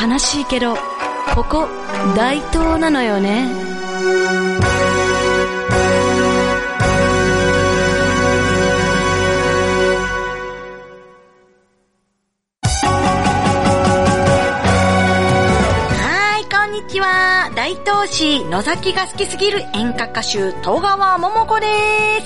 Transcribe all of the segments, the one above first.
悲しいけどここ大東なのよね。 大東市野崎が好きすぎる演歌歌手戸川桃子です。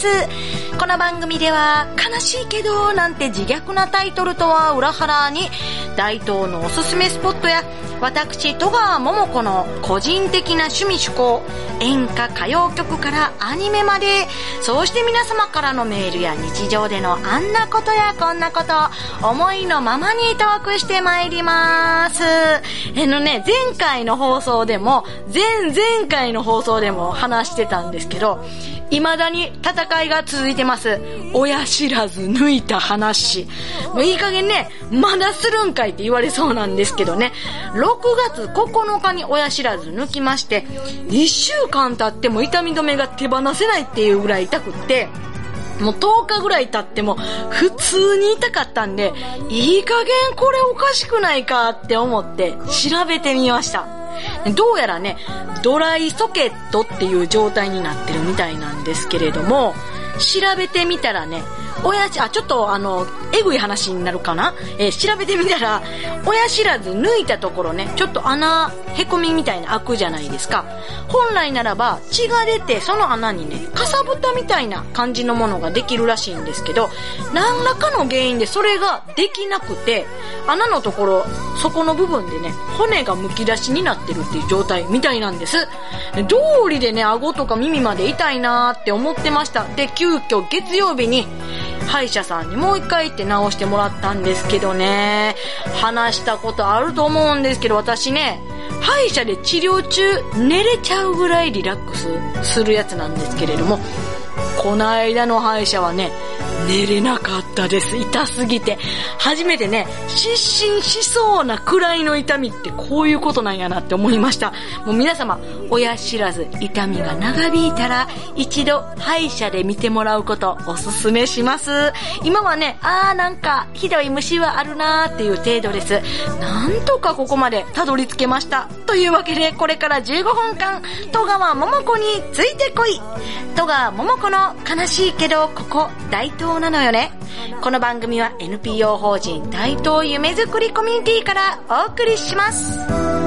この番組では悲しいけどなんて自虐なタイトルとは裏腹に大東のおすすめスポットや私戸川桃子の個人的な趣味趣向、演歌歌謡曲からアニメまで、そうして皆様からのメールや日常でのあんなことやこんなこと思いのままにトークしてまいります。前回の放送でも前々回の放送でも話してたんですけど、未だに戦いが続いてます。親知らず抜いた話。もういい加減ね、まだするんかいって言われそうなんですけどね。6月9日に親知らず抜きまして、1週間経っても痛み止めが手放せないっていうぐらい痛くって、もう10日ぐらい経っても普通に痛かったんで、いい加減これおかしくないかって思って調べてみました。どうやらね、ドライソケットっていう状態になってるみたいなんですけれども、調べてみたらね、ちょっとえぐい話になるかな、調べてみたら親知らず抜いたところね、ちょっと穴へこみみたいな開くじゃないですか。本来ならば血が出てその穴にね、かさぶたみたいな感じのものができるらしいんですけど、何らかの原因でそれができなくて、穴のところそこの部分でね、骨がむき出しになってるっていう状態みたいなんです。道理でね、顎とか耳まで痛いなーって思ってました。で、急遽月曜日に歯医者さんにもう一回行って直してもらったんですけどね、話したことあると思うんですけど、私ね、歯医者で治療中寝れちゃうぐらいリラックスするやつなんですけれども、この間の歯医者はね、寝れなかったです。痛すぎて。初めてね、失神しそうなくらいの痛みってこういうことなんやなって思いました。もう皆様、親知らず痛みが長引いたら一度歯医者で見てもらうことおすすめします。今はね、なんかひどい虫はあるなーっていう程度です。なんとかここまでたどり着けました。というわけで、これから15分間戸川桃子についてこい。戸川桃子の悲しいけどここ大東なのよね。この番組は NPO 法人大東夢づくりコミュニティからお送りします。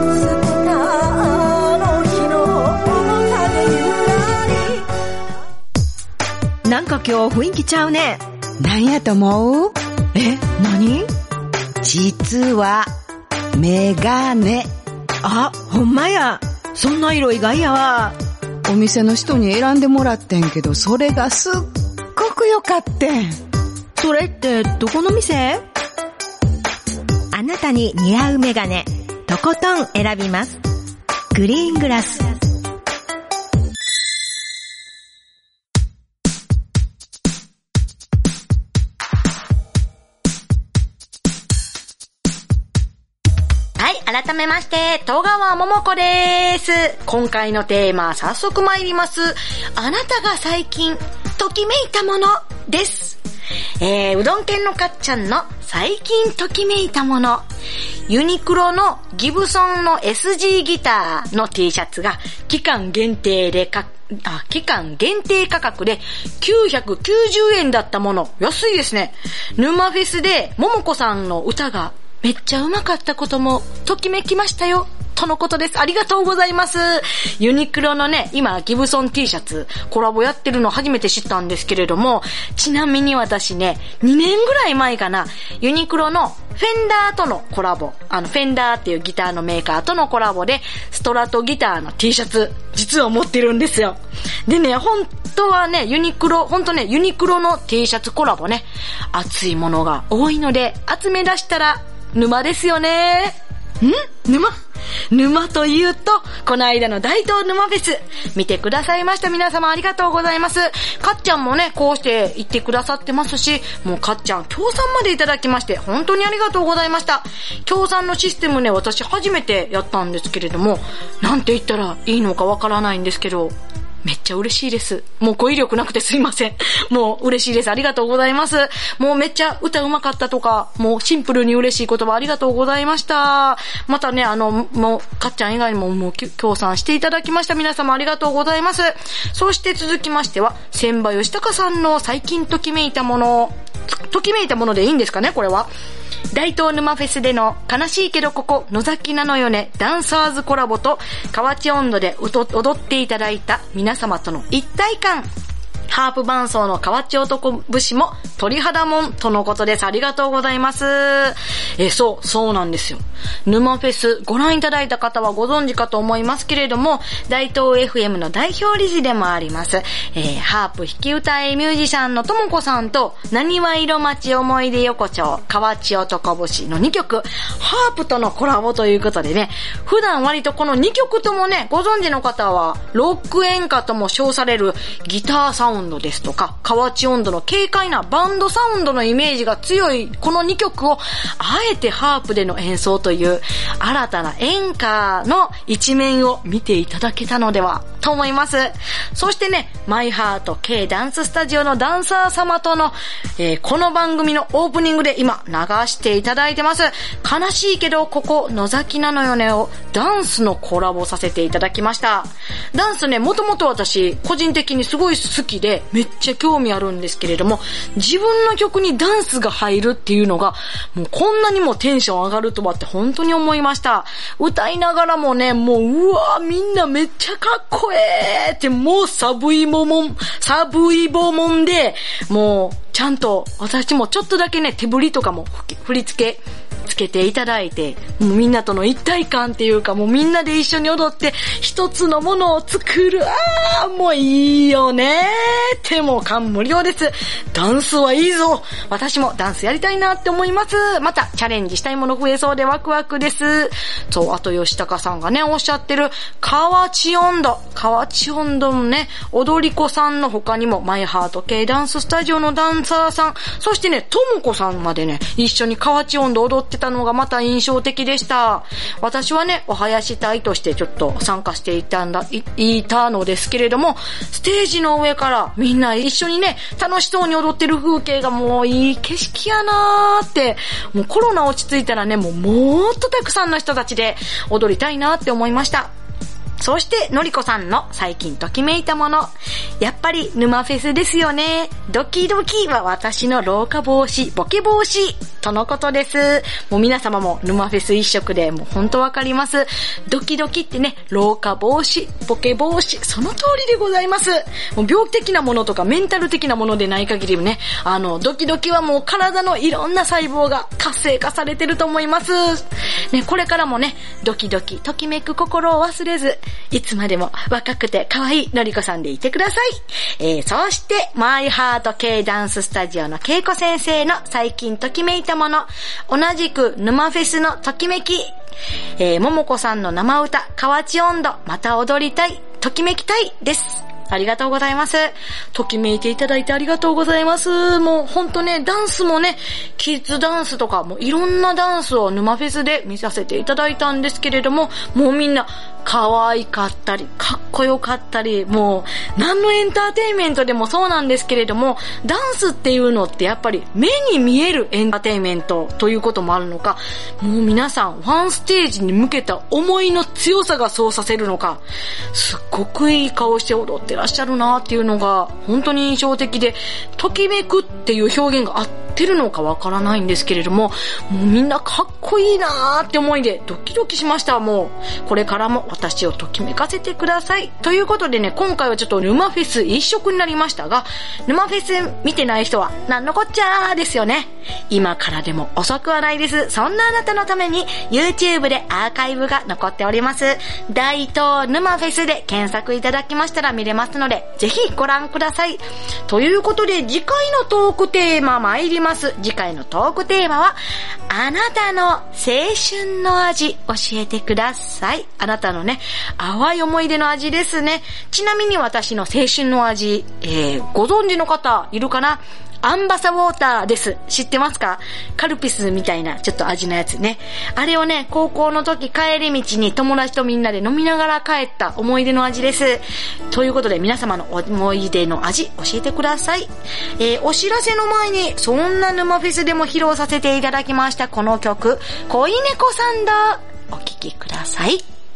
なんか今日雰囲気ちゃうね。 なんやと思う？ 何？ 実はメガネ。 ほんまや。そんな色意外やわ。 お店の人に選んでもらってんけど、それがすっごく良かってん。 それってどこの店？ あなたに似合うメガネ、とことん選びます。グリーングラス。 改めまして、戸川桃子です。今回のテーマ、早速参ります。あなたが最近ときめいたものです。うどん県のかっちゃんの最近ときめいたもの。ユニクロのギブソンの SG ギターの T シャツが期間限定価格で990円だったもの。安いですね。沼フェスで桃子さんの歌がめっちゃうまかったこともときめきましたよとのことです。ありがとうございます。ユニクロのね、今ギブソン T シャツコラボやってるの初めて知ったんですけれども、ちなみに私ね、2年ぐらい前かな、ユニクロのフェンダーとのコラボ、フェンダーっていうギターのメーカーとのコラボでストラトギターの T シャツ実は持ってるんですよ。でね、本当はね、ユニクロの T シャツコラボね、熱いものが多いので集め出したら沼ですよね。沼というと、この間の大東沼フェス見てくださいました皆様、ありがとうございます。かっちゃんもね、こうして言ってくださってますし、もうかっちゃん協賛までいただきまして本当にありがとうございました。協賛のシステムね、私初めてやったんですけれども、なんて言ったらいいのかわからないんですけど、 めっちゃ嬉しいです。もう語彙力なくてすいません。もう嬉しいです。ありがとうございます。もうめっちゃ歌うまかったとか、もうシンプルに嬉しい言葉ありがとうございました。またね、もう、かっちゃん以外にももう協賛していただきました。皆様ありがとうございます。そして続きましては、千葉義孝さんの最近ときめいたものでいいんですかね、これは。大東沼フェスでの悲しいけどここ野崎なのよねダンサーズコラボと河内音頭で踊っていただいた皆様との一体感、ハープ伴奏の河内男節も鳥肌もんとのことです。ありがとうございます。そうなんですよ。沼フェスご覧いただいた方はご存知かと思いますけれども、大東 FM の代表理事でもあります、ハープ弾き歌いミュージシャンのともこさんと、なにわ色町思い出横丁河内男節の2曲、ハープとのコラボということでね、普段割とこの2曲ともね、ご存知の方はロック演歌とも称されるギターサウンドですとか、河内音頭の軽快なバンドサウンドのイメージが強いこの2曲をあえてハープでの演奏という新たな演歌の一面を見ていただけたのではと思います。そしてね、マイハート K ダンススタジオのダンサー様との、この番組のオープニングで今流していただいてます。悲しいけどここ野崎なのよねをダンスのコラボさせていただきました。ダンスね、もともと私個人的にすごい好きでめっちゃ興味あるんですけれども、自分の曲にダンスが入るっていうのがもうこんなにもテンション上がるとはって本当に思いました。歌いながらもね、もううわみんなめっちゃかっこええってもうサブイボもんで、もうちゃんと私もちょっとだけね手振りとかも振り付けつけていただいて、もうみんなとの一体感っていうか、もうみんなで一緒に踊って一つのものを作る、もういいよねってもう感無量です。ダンスはいいぞ。私もダンスやりたいなって思います。またチャレンジしたいもの増えそうでワクワクです。そう、あと吉高さんがねおっしゃってる河内音頭のね踊り子さんの他にもマイハート系ダンススタジオのダンサーさん、そしてねともこさんまでね一緒に河内音頭踊ってたのがまた印象的でした。私はねお囃子隊としてちょっと参加していたのですけれども、ステージの上からみんな一緒にね楽しそうに踊ってる風景がもういい景色やなーって、もうコロナ落ち着いたらねもっとたくさんの人たちで踊りたいなって思いました。そしてのりこさんの最近ときめいたもの、やっぱり沼フェスですよね。ドキドキは私の老化防止ボケ防止とのことです。もう皆様も沼フェス一色でもう本当わかります。ドキドキってね、老化防止ボケ防止、その通りでございます。もう病気的なものとかメンタル的なものでない限りね、ドキドキはもう体のいろんな細胞が活性化されてると思いますね。これからもねドキドキときめく心を忘れず、いつまでも若くて可愛いのりこさんでいてください。そしてマイハート系ダンススタジオのけいこ先生の最近ときめいたもの、同じく沼フェスのときめき、ももこさんの生歌河内音頭また踊りたいときめきたいです。ありがとうございます。ときめいていただいてありがとうございます。もうほんとね、ダンスもね、キッズダンスとかもいろんなダンスを沼フェスで見させていただいたんですけれども、もうみんな可愛かったりかっこよかったり、もう何のエンターテインメントでもそうなんですけれども、ダンスっていうのってやっぱり目に見えるエンターテインメントということもあるのか、もう皆さんワンステージに向けた思いの強さがそうさせるのか、すっごくいい顔して踊ってらっしゃるなっていうのが本当に印象的で、ときめくっていう表現が合ってるのかわからないんですけれども、もうみんなかっこいいなーって思いでドキドキしました。もうこれからも私をときめかせてくださいということでね、今回はちょっと沼フェス一色になりましたが、沼フェス見てない人はなんのこっちゃーですよね。今からでも遅くはないです。そんなあなたのために YouTube でアーカイブが残っております。大東沼フェスで検索いただきましたら見れますので、ぜひご覧ください。ということで次回のトークテーマ参ります。次回のトークテーマは、あなたの青春の味教えてください。あなたのね、淡い思い出の味ですね。ちなみに私の青春の味、ご存知の方いるかな？ アンバサウォーターです。知ってますか？カルピスみたいなちょっと味のやつね。あれをね、高校の時帰り道に友達とみんなで飲みながら帰った思い出の味です。ということで皆様の思い出の味教えてください。お知らせの前にそんな沼フェスでも披露させていただきましたこの曲、恋猫サンダー、お聴きください。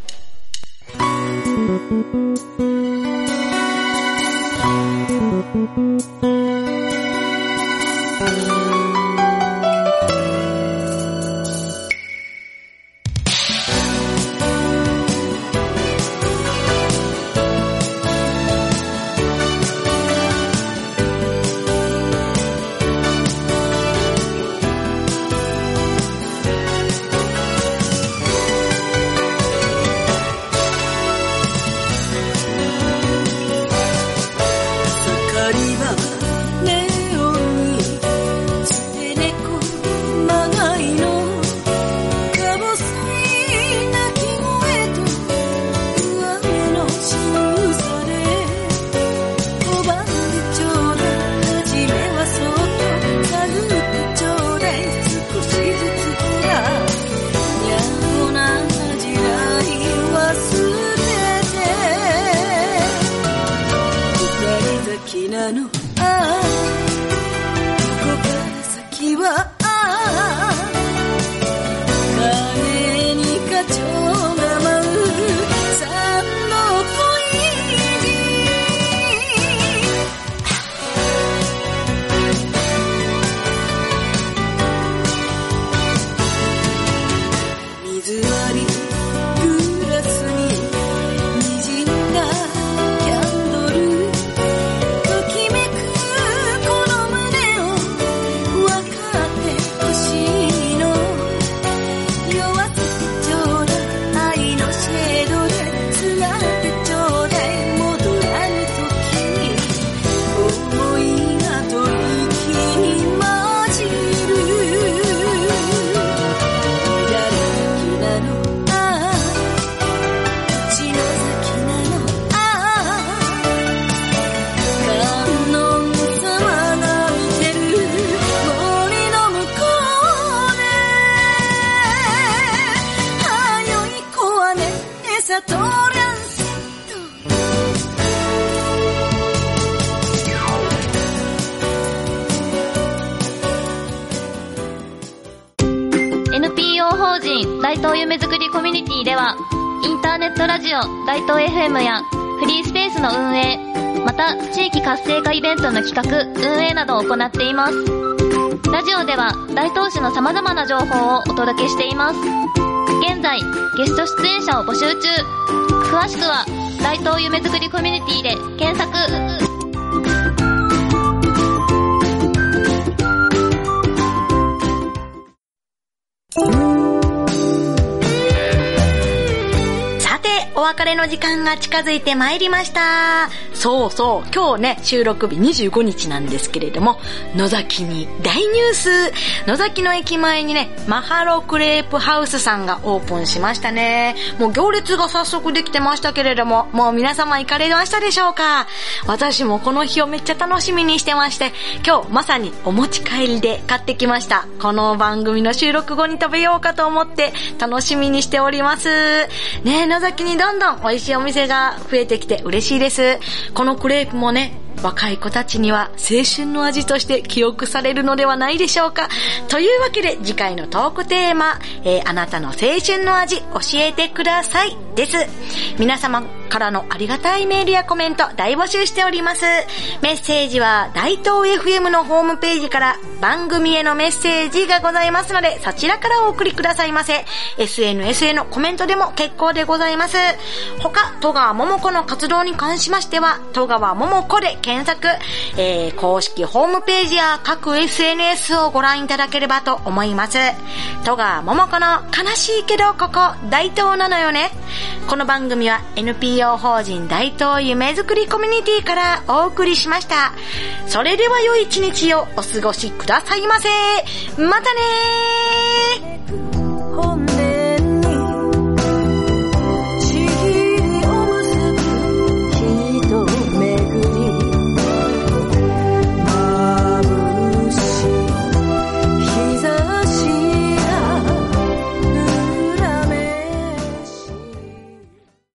大東夢づくりコミュニティではインターネットラジオ大東 FM やフリースペースの運営、また地域活性化イベントの企画・運営などを行っています。ラジオでは大東市の様々な情報をお届けしています。現在ゲスト出演者を募集中。詳しくは大東夢づくりコミュニティで検索。 お別れの時間が近づいてまいりました。そうそう、今日ね、収録日25日なんですけれども、野崎に大ニュース。野崎の駅前にね、マハロクレープハウスさんがオープンしましたね。もう行列が早速できてましたけれども、もう皆様行かれましたでしょうか？私もこの日をめっちゃ楽しみにしてまして、今日まさにお持ち帰りで買ってきました。この番組の収録後に食べようかと思って楽しみにしております。ね、野崎にどんどん美味しいお店が増えてきて嬉しいです。このクレープもね、若い子たちには青春の味として記憶されるのではないでしょうか。というわけで次回のトークテーマ、あなたの青春の味教えてくださいです。皆様からのありがたいメールやコメント大募集しております。メッセージは大東 FM のホームページから番組へのメッセージがございますので、そちらからお送りくださいませ。 SNS へのコメントでも結構でございます。他戸川桃子の活動に関しましては戸川桃子で検索、公式ホームページや各 SNS をご覧いただければと思います。戸川桃子の悲しいけどここ大東なのよね。この番組は NPO 法人大東夢づくりコミュニティからお送りしました。それでは良い一日をお過ごしくださいませ。またねー。